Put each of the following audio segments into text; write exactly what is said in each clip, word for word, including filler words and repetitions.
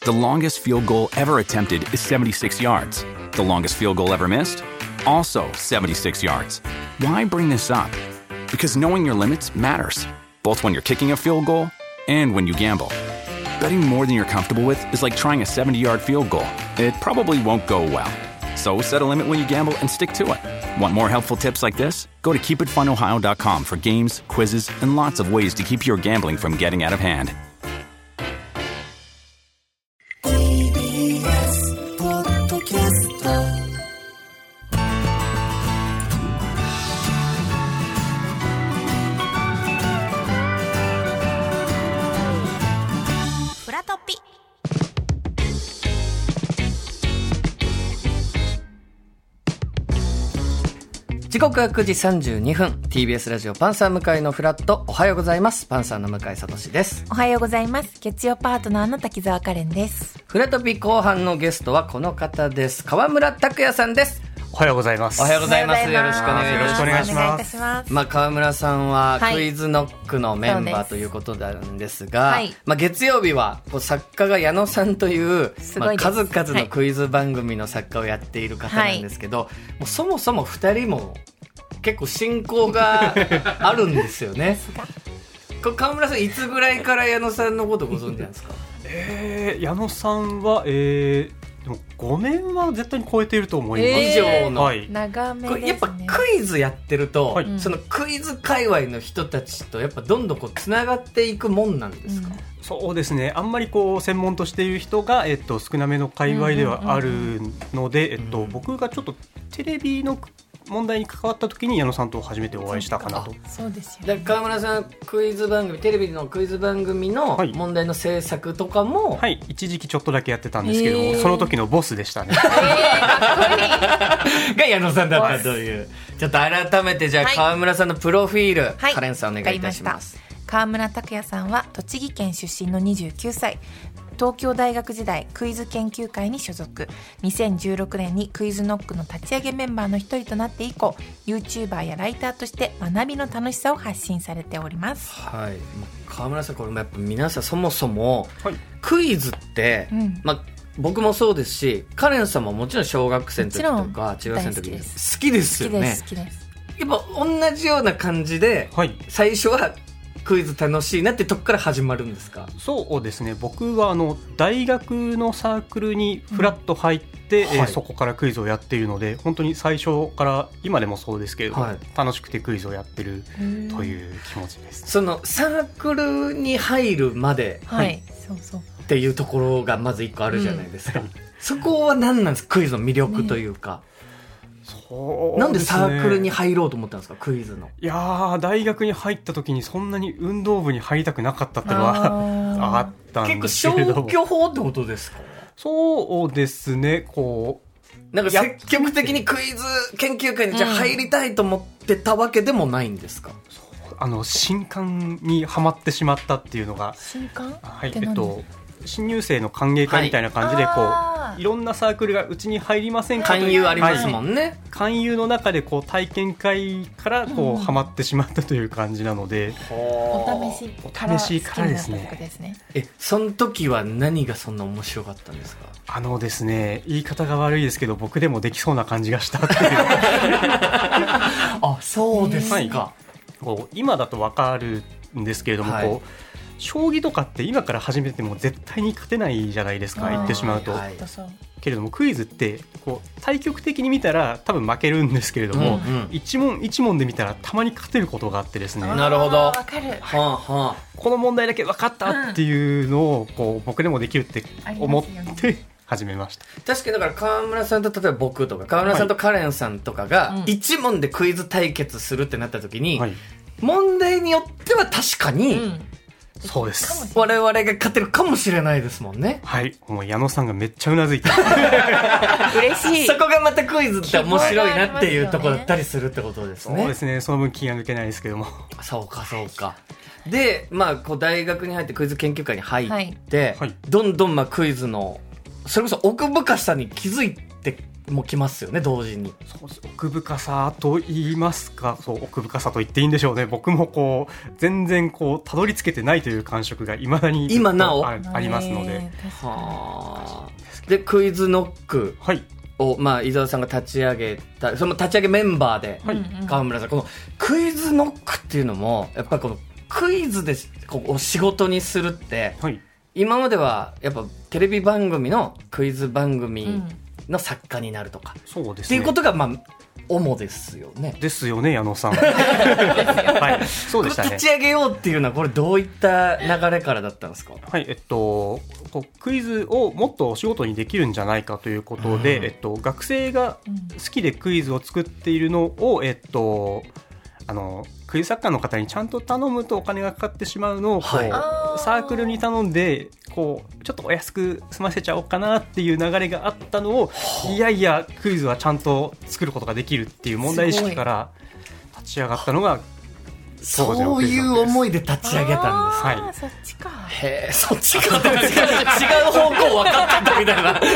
The longest field goal ever attempted is seventy-six yards. The longest field goal ever missed? Also seventy-six yards. Why bring this up? Because knowing your limits matters, both when you're kicking a field goal and when you gamble. Betting more than you're comfortable with is like trying a seventy-yard field goal. It probably won't go well. So set a limit when you gamble and stick to it. Want more helpful tips like this? Go to keep it fun ohio dot com for games, quizzes, and lots of ways to keep your gambling from getting out of hand. ティービーエス ポッドキャストフラトピ。 時刻はくじさんじゅうにふん ティービーエス ラジオパンサー向井のフラット。おはようございます。パンサーの向井聡です。 おはようございます。月曜パートナーの滝沢カレンです。 フラトピ後半のゲストはこの方です。川村拓也さんです。 おはようございます。 おはようございます。よろしくお願いします。 よろしくお願いします。 お願いいたします。 まあ、川村さんははいクイズノックのメンバーということなんですが、 はいまあ、月曜日はこう作家が矢野さんという、まあ、 すごいです数々のクイズ番組の作家をやっている方なんですけど、もうそもそもふたりも結構親交があるんですよね。これ川村さんいつぐらいから矢野さんのことご存知なんですか？ えー、矢野さんは、えー、でもごねんは絶対に超えていると思います。 以上の、 はい長めですね。 これやっぱクイズやってると、 はいそのクイズ界隈の人たちとやっぱどんどんこうつながっていくもんなんですか？ うんそうですね。あんまりこう専門としている人が、えっと、少なめの界隈ではあるので、えっと、僕がちょっとテレビの問題に関わった時に矢野さんと初めてお会いしたかなと。 そうですよ、 だね、 から川村さんクイズ番組テレビのクイズ番組のはい問題の制作とかも、 はい、一時期ちょっとだけやってたんですけども、 えーその時のボスでしたね。 が矢野さんだったというちょっと改めてじゃあはい川村さんのプロフィール、 はいカレンさんお願いいたします。 わかりました。川村拓也さんは栃木県出身のにじゅうきゅうさい。東京大学時代クイズ研究会に所属。にせんじゅうろくねんにクイズノックの立ち上げメンバーの一人となって以降 YouTuber やライターとして学びの楽しさを発信されております。 はい、川村さんこれもやっぱ皆さんそもそも、 はい、 クイズって、 うんまあ僕もそうですしカレンさんももちろん小学生の時ともちか中学生の時大好きです好きですよね。 好きです好きです。 やっぱ同じような感じで、 はい、 最初はクイズ楽しいなってとこから始まるんですか？ そうですね。僕はあの大学のサークルにフラッと入って、 うんはいえーそこからクイズをやっているので、本当に最初から今でもそうですけれども、 はい楽しくてクイズをやってるという気持ちです。 そのサークルに入るまではい、そうそう。 っていうところがまず一個あるじゃないですか、うん、そこは何なんですか？クイズの魅力というか、 そうですね。 なんでサークルに入ろうと思ったんですか？クイズの。 いやー、大学に入った時にそんなに運動部に入りたくなかったっていうのはあったんで結すけれども、 構消去法ってことですか？ そうですね。こうなんか積極的にクイズ研究会にじゃあ入りたいと思ってたわけでもないんですか？ あの新刊にはまってしまったっていうのが、 新刊はい、 って何えっと新入生の歓迎会みたいな感じで、こう、 はい、 いろんなサークルがうちに入りませんかという勧誘ありますもんね、 はい、勧誘の中でこう体験会からこう、うん、ハマってしまったという感じなので、 お試しからお試しからですね。 ですね。 え、その時は何がそんな面白かったんですか？ あのですね、言い方が悪いですけど僕でもできそうな感じがしたっていうあ、そうですか、 はい、こう今だと分かるんですけれども、はい、こう将棋とかって今から始めても絶対に勝てないじゃないですか、言ってしまうと、はい、けれどもクイズってこう対極的に見たら多分負けるんですけれども、うんうん、一問一問で見たらたまに勝てることがあってですね。 なるほど、 分かる、 はあはあ、 この問題だけ分かったっていうのをこう僕でもできるって思って始めました。 確かにだから川村さんと例えば僕とか川村さんとカレンさんとかが一問でクイズ対決するってなった時に、はい、問題によっては確かに、うん、 そうです、 我々が勝てるかもしれないですもんね。 はい、もう矢野さんがめっちゃうなずいて嬉しい。 そこがまたクイズって面白いなっていうところだったりするってことですね。 そうですね、その分気が抜けないですけども。 そうかそうか。で、まあ、こう大学に入ってクイズ研究会に入って、はい、どんどんまあクイズのそれこそ奥深さに気づいてもきますよね同時に。 そう奥深さと言いますか、そう奥深さと言っていいんでしょうね。僕もこう全然こうたどり着けてないという感触がいまだに今なおあ, ありますので。 はでクイズノックを、はい、まあ、伊沢さんが立ち上げたその立ち上げメンバーで、はい、川村さんこのクイズノックっていうのもやっぱりこのクイズでこう仕事にするって、はい、今まではやっぱテレビ番組のクイズ番組の作家になるとか、うん、そうですね、っていうことがまあ主ですよね。 ですよね矢野さん。はい、そうでしたね。 立ち上げようっていうのはこれどういった流れからだったんですか。 はい、えっとクイズをもっとお仕事にできるんじゃないかということで、うん、えっと、学生が好きでクイズを作っているのを、えっと、あのクイズ作家の方にちゃんと頼むとお金がかかってしまうのをこう、はい、サークルに頼んでこうちょっとお安く済ませちゃおうかなっていう流れがあったのを、いやいやクイズはちゃんと作ることができるっていう問題意識から立ち上がったのがそういう思いで立ち上げたんです。 はい、そっちか。 へえ、そっちか。違う方向分かってたみたいな。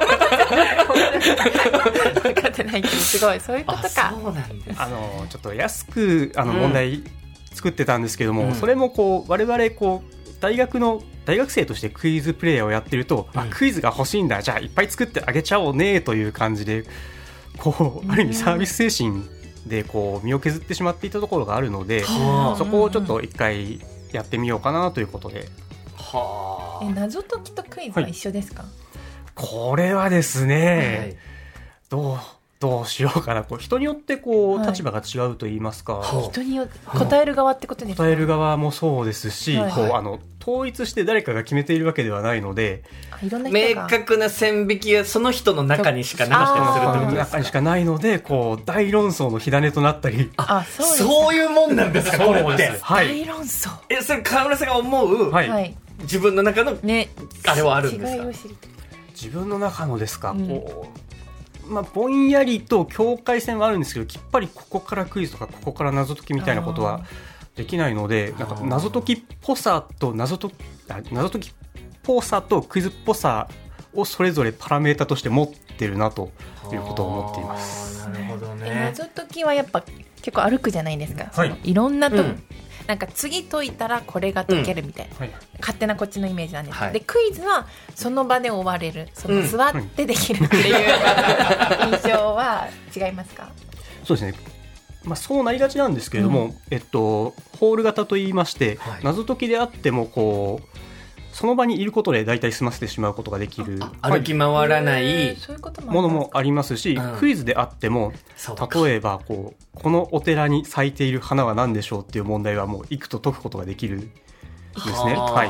分かってないけどすごいそういうことか。 そうなんです。 あのちょっと安くあの問題作ってたんですけども、うん、それもこう我々こう大学の大学生としてクイズプレイヤーをやってると、うん、あクイズが欲しいんだじゃあいっぱい作ってあげちゃおうねという感じでこうある意味サービス精神でこう身を削ってしまっていたところがあるので、うん、そこをちょっと一回やってみようかなということで、 はあ、え謎解きとクイズは一緒ですか。はい、 これはですね、はい、どうどうしようかな。こう人によってこう、はい、立場が違うと言いますか、 人によって答える側ってことですか。 答える側もそうですし、はい、こうあの統一して誰かが決めているわけではないので、 いろんな人が明確な線引きはその人の中にしかなかったりするということですか。 中にしかないのでこう大論争の火種となったり、 あそうです、そういうもんなんですかこれって。 はい、大論争。 えそれ川村さんが思う、はい、自分の中の、ね、あれはあるんですか。 自分の中のですか、うん、こうまあ、ぼんやりと境界線はあるんですけど、きっぱりここからクイズとかここから謎解きみたいなことはできないので、なんか謎解きっぽさと謎解き、謎解きっぽさとクイズっぽさをそれぞれパラメータとして持ってるなということを思っています。 なるほどね。 謎解きはやっぱ結構歩くじゃないですか、はい、そのいろんなと、うん、なんか次解いたらこれが解けるみたいな、うんはい、勝手なこっちのイメージなんです、はい、でクイズはその場で終われる、その座ってできるっていう、うん、印象は違いますか。 そうですね、まあ、そうなりがちなんですけれども、うんえっと、ホール型といいまして、はい、謎解きであってもこうその場にいることで大体済ませてしまうことができる、 歩き回らないものもありますし、うん、クイズであっても例えばこうこのお寺に咲いている花は何でしょうっていう問題はもういくと解くことができるですね、はい、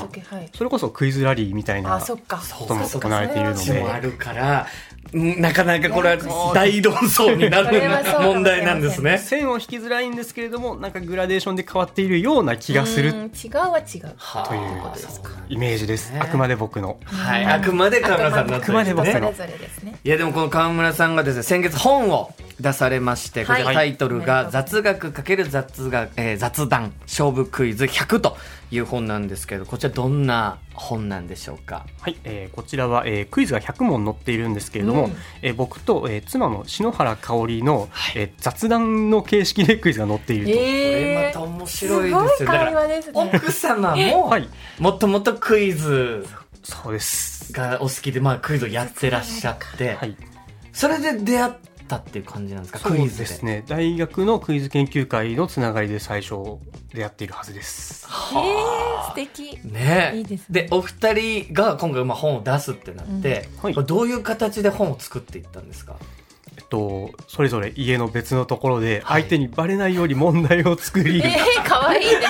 それこそクイズラリーみたいなことも行われているのであるからなかなかこれは大論争になる問題なんですね。 線を引きづらいんですけれども、なんかグラデーションで変わっているような気がする、うん違うは違うというイメージです、ね、あくまで僕の、 はい、あくまで川村さんの、 あくまで僕の、 いやでもこの川村さんがですね先月本を出されまして、こちらタイトルが雑学×雑学、えー、雑談勝負クイズひゃくという本なんですけど、こちらどんな本なんでしょうか。 はい、えー、こちらは、えー、クイズがひゃく問載っているんですけれども、うんえー、僕と、えー、妻の篠原香織の、はいえー、雑談の形式でクイズが載っていると、 えー、これまた面白いですよ。だから奥様も、はい、もともとクイズそうですがお好きで、まあ、クイズをやってらっしゃって、はい、それで出会ったっていう感じなんですか。クイズで。 そうですね、大学のクイズ研究会のつながりで最初出会っているはずです。 へー素敵ね。いいですね。でお二人が今回まあ本を出すってなって、うんはい、これどういう形で本を作っていったんですか。 えっと、それぞれ家の別のところで相手にバレないように問題を作り、 はい、えー、かわいいです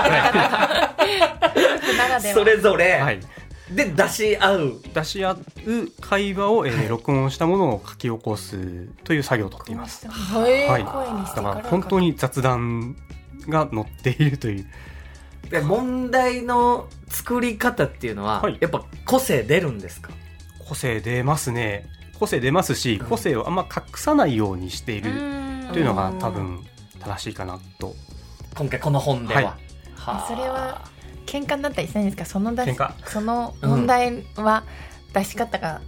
ねそれぞれ、はいで出し合う出し合う会話を、えー、録音したものを書き起こすという作業をとっています。 はい、 だから本当に雑談が載っているという。 で問題の作り方っていうのは、はい、やっぱ個性出るんですか。 個性出ますね。個性出ますし、個性をあんま隠さないようにしているというのが多分正しいかなと。 今回この本では、はい、 はそれは喧嘩になったりしないんですか。その出しその問題は出し方が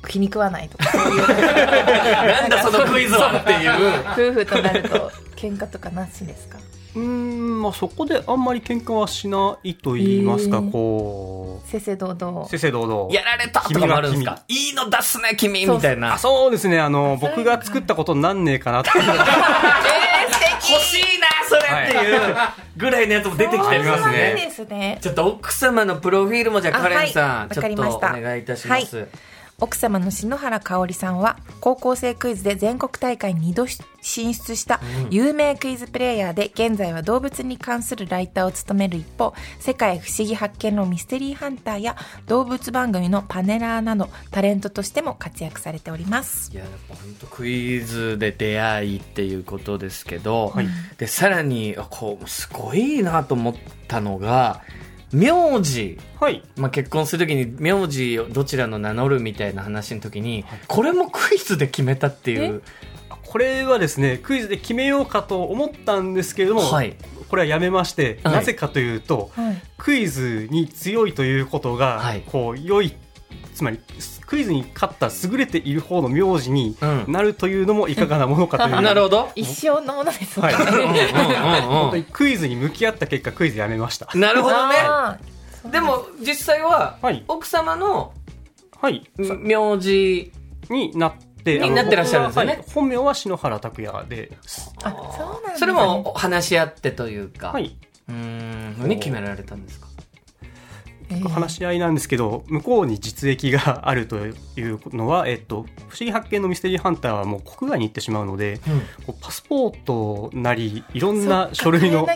気に食わないとかそういうなんだそのクイズはっていう夫婦となると喧嘩とかなしですか？ うーん、まあ、そこであんまり喧嘩はしないと言いますか、えー、こう正々堂々 正々堂々 やられたとかもあるんですか？いいの出すね君みたいな。 あ、そうですね、あの僕が作ったことなんねえかなとえー、 素敵欲しいなそれっていうぐらいのやつも出てきてますね。 いいですね。 ちょっと奥様のプロフィールもじゃあカレンさん、はい、ちょっとお願いいたします。はい、 奥様の篠原香織さんは高校生クイズで全国大会ににど進出した有名クイズプレイヤーで、現在は動物に関するライターを務める一方、世界不思議発見のミステリーハンターや動物番組のパネラーなどタレントとしても活躍されております。 いや、やっぱ本当クイズで出会いっていうことですけど、はい、でさらにこうすごいなと思ったのが名字、はいまあ、結婚するときに名字をどちらの名乗るみたいな話の時に、はい、これもクイズで決めたっていう。 これはですね、クイズで決めようかと思ったんですけれども、はい、これはやめまして、はい、なぜかというと、はい、クイズに強いということが、はい、こう良い、つまりクイズに勝った優れている方の名字になるというのもいかがなものかという、 うん、なるほど、 一生のものですね、はい、 本当にクイズに向き合った結果クイズやめました。 なるほどね。でも実際は奥様の名字になってになってらっしゃるんですよね。はい、 本名は篠原拓也で、 あ、そうなんですね。 それも話し合ってというか、 はい、 うーん何決められたんですか？ 話し合いなんですけど、向こうに実益があるというのは、えっと、不思議発見のミステリーハンターはもう国外に行ってしまうので、うん、こうパスポートなりいろんな書類の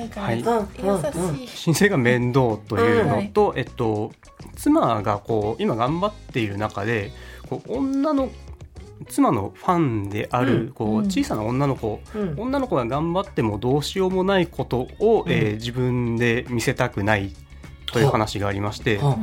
申請が面倒というのと、うんえっと、妻がこう今頑張っている中でこう女の妻のファンであるこう小さな女の子、うん、女の子が頑張ってもどうしようもないことを、うんえー、自分で見せたくないという話がありまして、うん、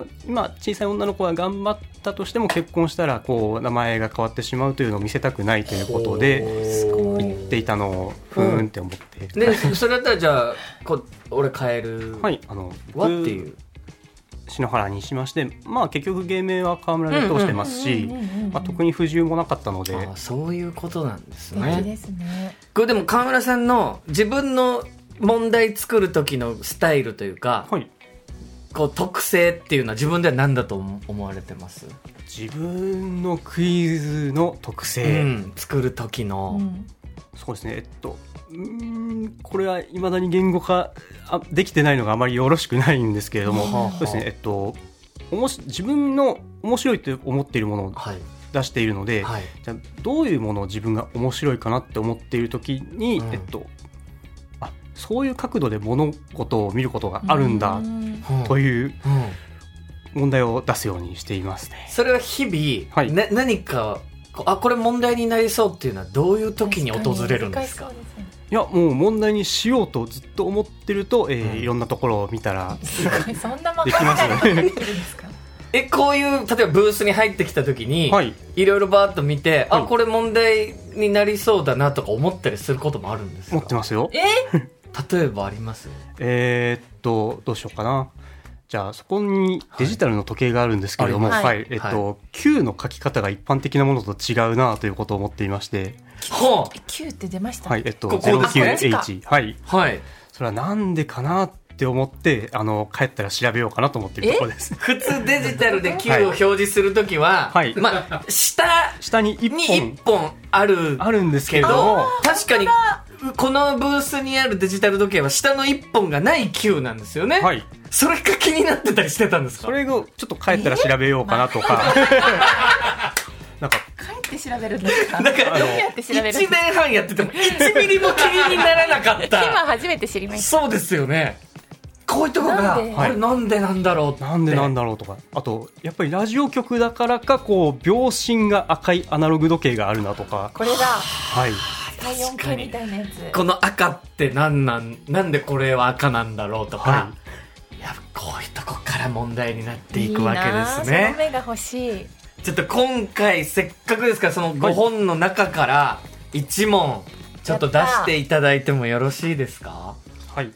今小さい女の子が頑張ったとしても結婚したらこう名前が変わってしまうというのを見せたくないということで言っていたのをふーんって思って、 うん、でそれだったらじゃあこ俺変えるはいあのわっていう篠原にしまして、まあ、結局芸名は川村で通してますし、まあ、特に不自由もなかったので。 あそういうことなんですね。 いいですね。 これでも川村さんの自分の問題作る時のスタイルというか、はい、こう特性っていうのは自分では何だと思われてます？ 自分のクイズの特性、うん、 作る時の、うん、 そうですね、えっとうーんこれは未だに言語化できてないのがあまりよろしくないんですけれども、はあはあ、そうですね、えっと、おもし自分の面白いと思っているものを出しているので、はいはい、じゃあどういうものを自分が面白いかなって思っている時に、うんえっと、あそういう角度で物事を見ることがあるんだという問題を出すようにしていますね。 それは日々、はいね、何かあこれ問題になりそうっていうのはどういう時に訪れるんですか？ いやもう問題にしようとずっと思ってると、えーうん、いろんなところを見たらそんなできますよねえこういう例えばブースに入ってきた時に、はい、いろいろバーッと見て、はい、あこれ問題になりそうだなとか思ったりすることもあるんですか？ 思ってますよ。 え例えばあります？ えー、っとどうしようかな。じゃあそこにデジタルの時計があるんですけれども、はいはいえっとはい、Q の書き方が一般的なものと違うなということを思っていまして、 はあ、Q って出ました、 はいえっと、ゼロきゅうエイチ、はいはい、 それはなんでかなって思ってあの帰ったら調べようかなと思っているところです。 普通デジタルで Q を表示するときは、はいまあ、下, 下にいっぽん、 いっぽんあるあるんですけれども確かにこのブースにあるデジタル時計は下のいっぽんがない Q なんですよね、はい、それが気になってたりしてたんですか？ それをちょっと帰ったら調べようかなとかなんか帰って調べるんですか？ だからどうやって調べるんですか？いちねんはんやっててもいちミリも気にならなかった今初めて知りました。 そうですよね。こういうところがあれなんでなんだろうってなんでなんだろうとか、あとやっぱりラジオ局だからかこう秒針が赤いアナログ時計があるなとか、 これだはい体温計みたいなやつ、 この赤ってなんなんなんでこれは赤なんだろうとか、はい、いやこういうとこから問題になっていくわけですね。いいなその目が欲しい。 ちょっと今回せっかくですからそのごほんの中からいち問ちょっと出していただいてもよろしいですか？ はい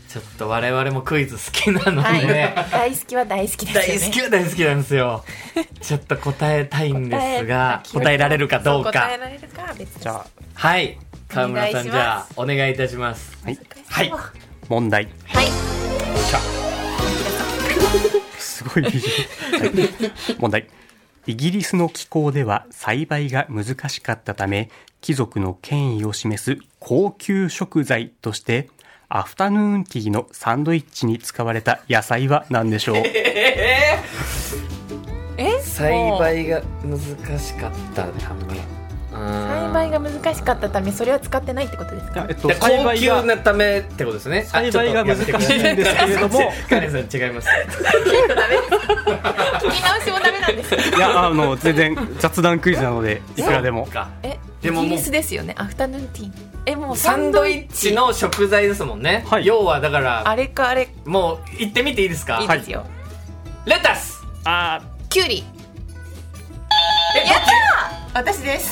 ちょっと我々もクイズ好きなので、 はい、大好きは大好きですよね。 大好きは大好きなんですよ。ちょっと答えたいんですが、答えられるかどうか。 答えられるかは別です。 じゃあ、 はい、川村さん、じゃあお願いいたします。 はい、 はい、 問題。 はい。 すごいビジュアル。問題。イギリスの気候では栽培が難しかったため、貴族の権威を示す高級食材としてアフタヌーンティーのサンドイッチに使われた野菜は何でしょう？ え栽培が難しかったため、 栽培が難しかったためそれは使ってないってことですか？ えっと、 高級なためってことですね。 栽培が難しいんですけれども、 カレンさん違います。 聞き直しもダメなんですか？ いや、あの全然雑談クイズなのでいくらでも。 え、 でもイギリスですよね。アフタヌーンティー。え、もうサンドイッチの食材ですもんね。 はい、 要はだからあれかあれ。 もう言ってみていいですか？ いいですよ。 レタス。 あー、キュウリ。 え、 やったー。私です。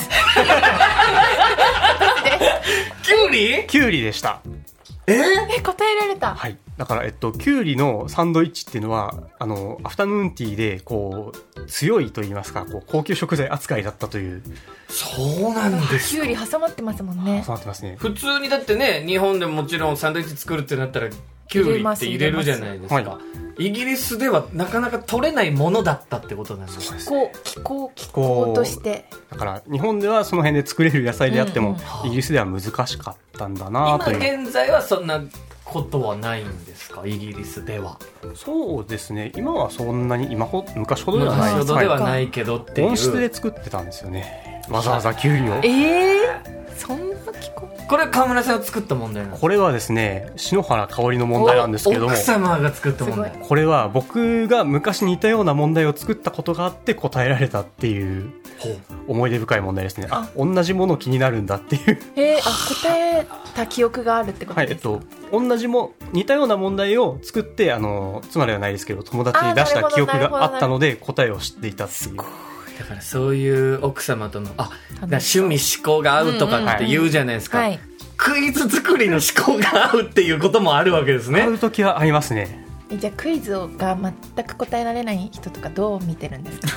キュウリ？ キュウリでした。 えー、答えられた。 はい。だから、えっと、キュウリのサンドイッチっていうのは、あの、アフタヌーンティーで、こう、強いと言いますか、こう、高級食材扱いだったという。 そうなんですか。キュウリ挟まってますもんね。 挟まってますね。 普通にだってね、日本でももちろんサンドイッチ作るってなったら、キュウリって入れるじゃないですか。はい、イギリスではなかなか取れないものだったってことなんです。 気候、気候、気候として。 だから日本ではその辺で作れる野菜であっても、うん、イギリスでは難しかったんだなという。 今現在はそんなことはないんですか、イギリスでは？ そうですね、今はそんなに今ほ昔ほどではない。 昔ほどではないけどっていう。 温室で作ってたんですよね、わざわざキュウリを。 ええー、そんな気候。 これ川村さんが作った問題なんですか？ これはですね、篠原かおりの問題なんですけども、 奥様が作った問題。 これは僕が昔似たような問題を作ったことがあって答えられたっていう思い出深い問題ですね。あ、同じもの気になるんだっていう。 えー、あ、答えた記憶があるってことですか？ はい、えっと同じも似たような問題を作って、あの妻ではないですけど友達に出した記憶があったので答えを知っていたっていう。 だからそういう奥様とのあ趣味思考が合うとかって言うじゃないですか、うんうん、はい、クイズ作りの思考が合うっていうこともあるわけですね。 合うときはありますね。 え、じゃあクイズが全く答えられない人とかどう見てるんですか？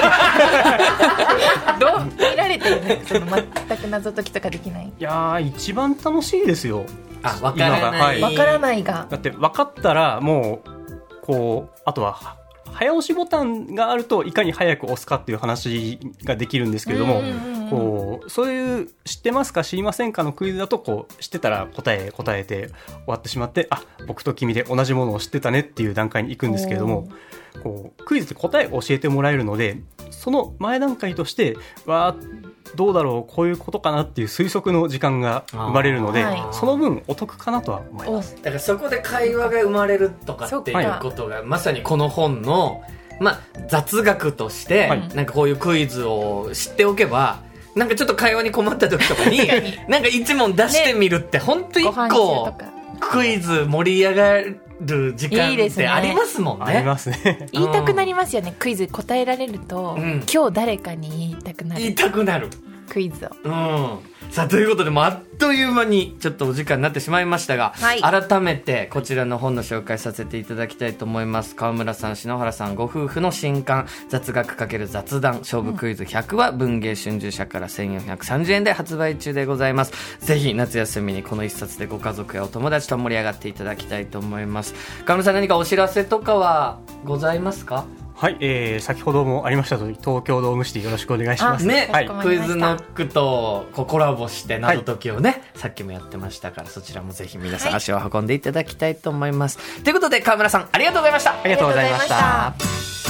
どう見られてるんですか？その全く謎解きとかできない。 いやー、一番楽しいですよ。 あ、分からない、 はい、分からないが、 だって分かったらもうこうあとは早押しボタンがあるといかに早く押すかっていう話ができるんですけれども、こうそういう知ってますか知りませんかのクイズだと、こう知ってたら答え答えて終わってしまって、あ、僕と君で同じものを知ってたねっていう段階に行くんですけれども、こうクイズで答えを教えてもらえるので、その前段階としてわーどうだろう、こういうことかなっていう推測の時間が生まれるので、はい、その分お得かなとは思います。 だからそこで会話が生まれるとかっていうことがまさにこの本の、まあ、雑学として、はい、なんかこういうクイズを知っておけば、なんかちょっと会話に困った時とかになんか一問出してみるって本当一個クイズ盛り上がる時間ってありますもんね。 ありますね。 言いたくなりますよね。クイズ答えられると、うん、今日誰かに言いたくなる。 言いたくなるクイズを。 うん。さあということでもうあっという間にちょっとお時間になってしまいましたが、はい、改めてこちらの本の紹介させていただきたいと思います。川村さん、篠原さんご夫婦の新刊雑学×雑談勝負クイズひゃくは文芸春秋社からせんよんひゃくさんじゅうえんで発売中でございます。ぜひ夏休みにこの一冊でご家族やお友達と盛り上がっていただきたいと思います。川村さん、何かお知らせとかはございますか？ はい、えー、先ほどもありましたとおり東京ドームシティよろしくお願いしますね。 はい、 クイズノックとこうコラボして謎解きをね、はい、さっきもやってましたから、そちらもぜひ皆さん足を運んでいただきたいと思います、はい、ということで川村さんありがとうございました。 ありがとうございました。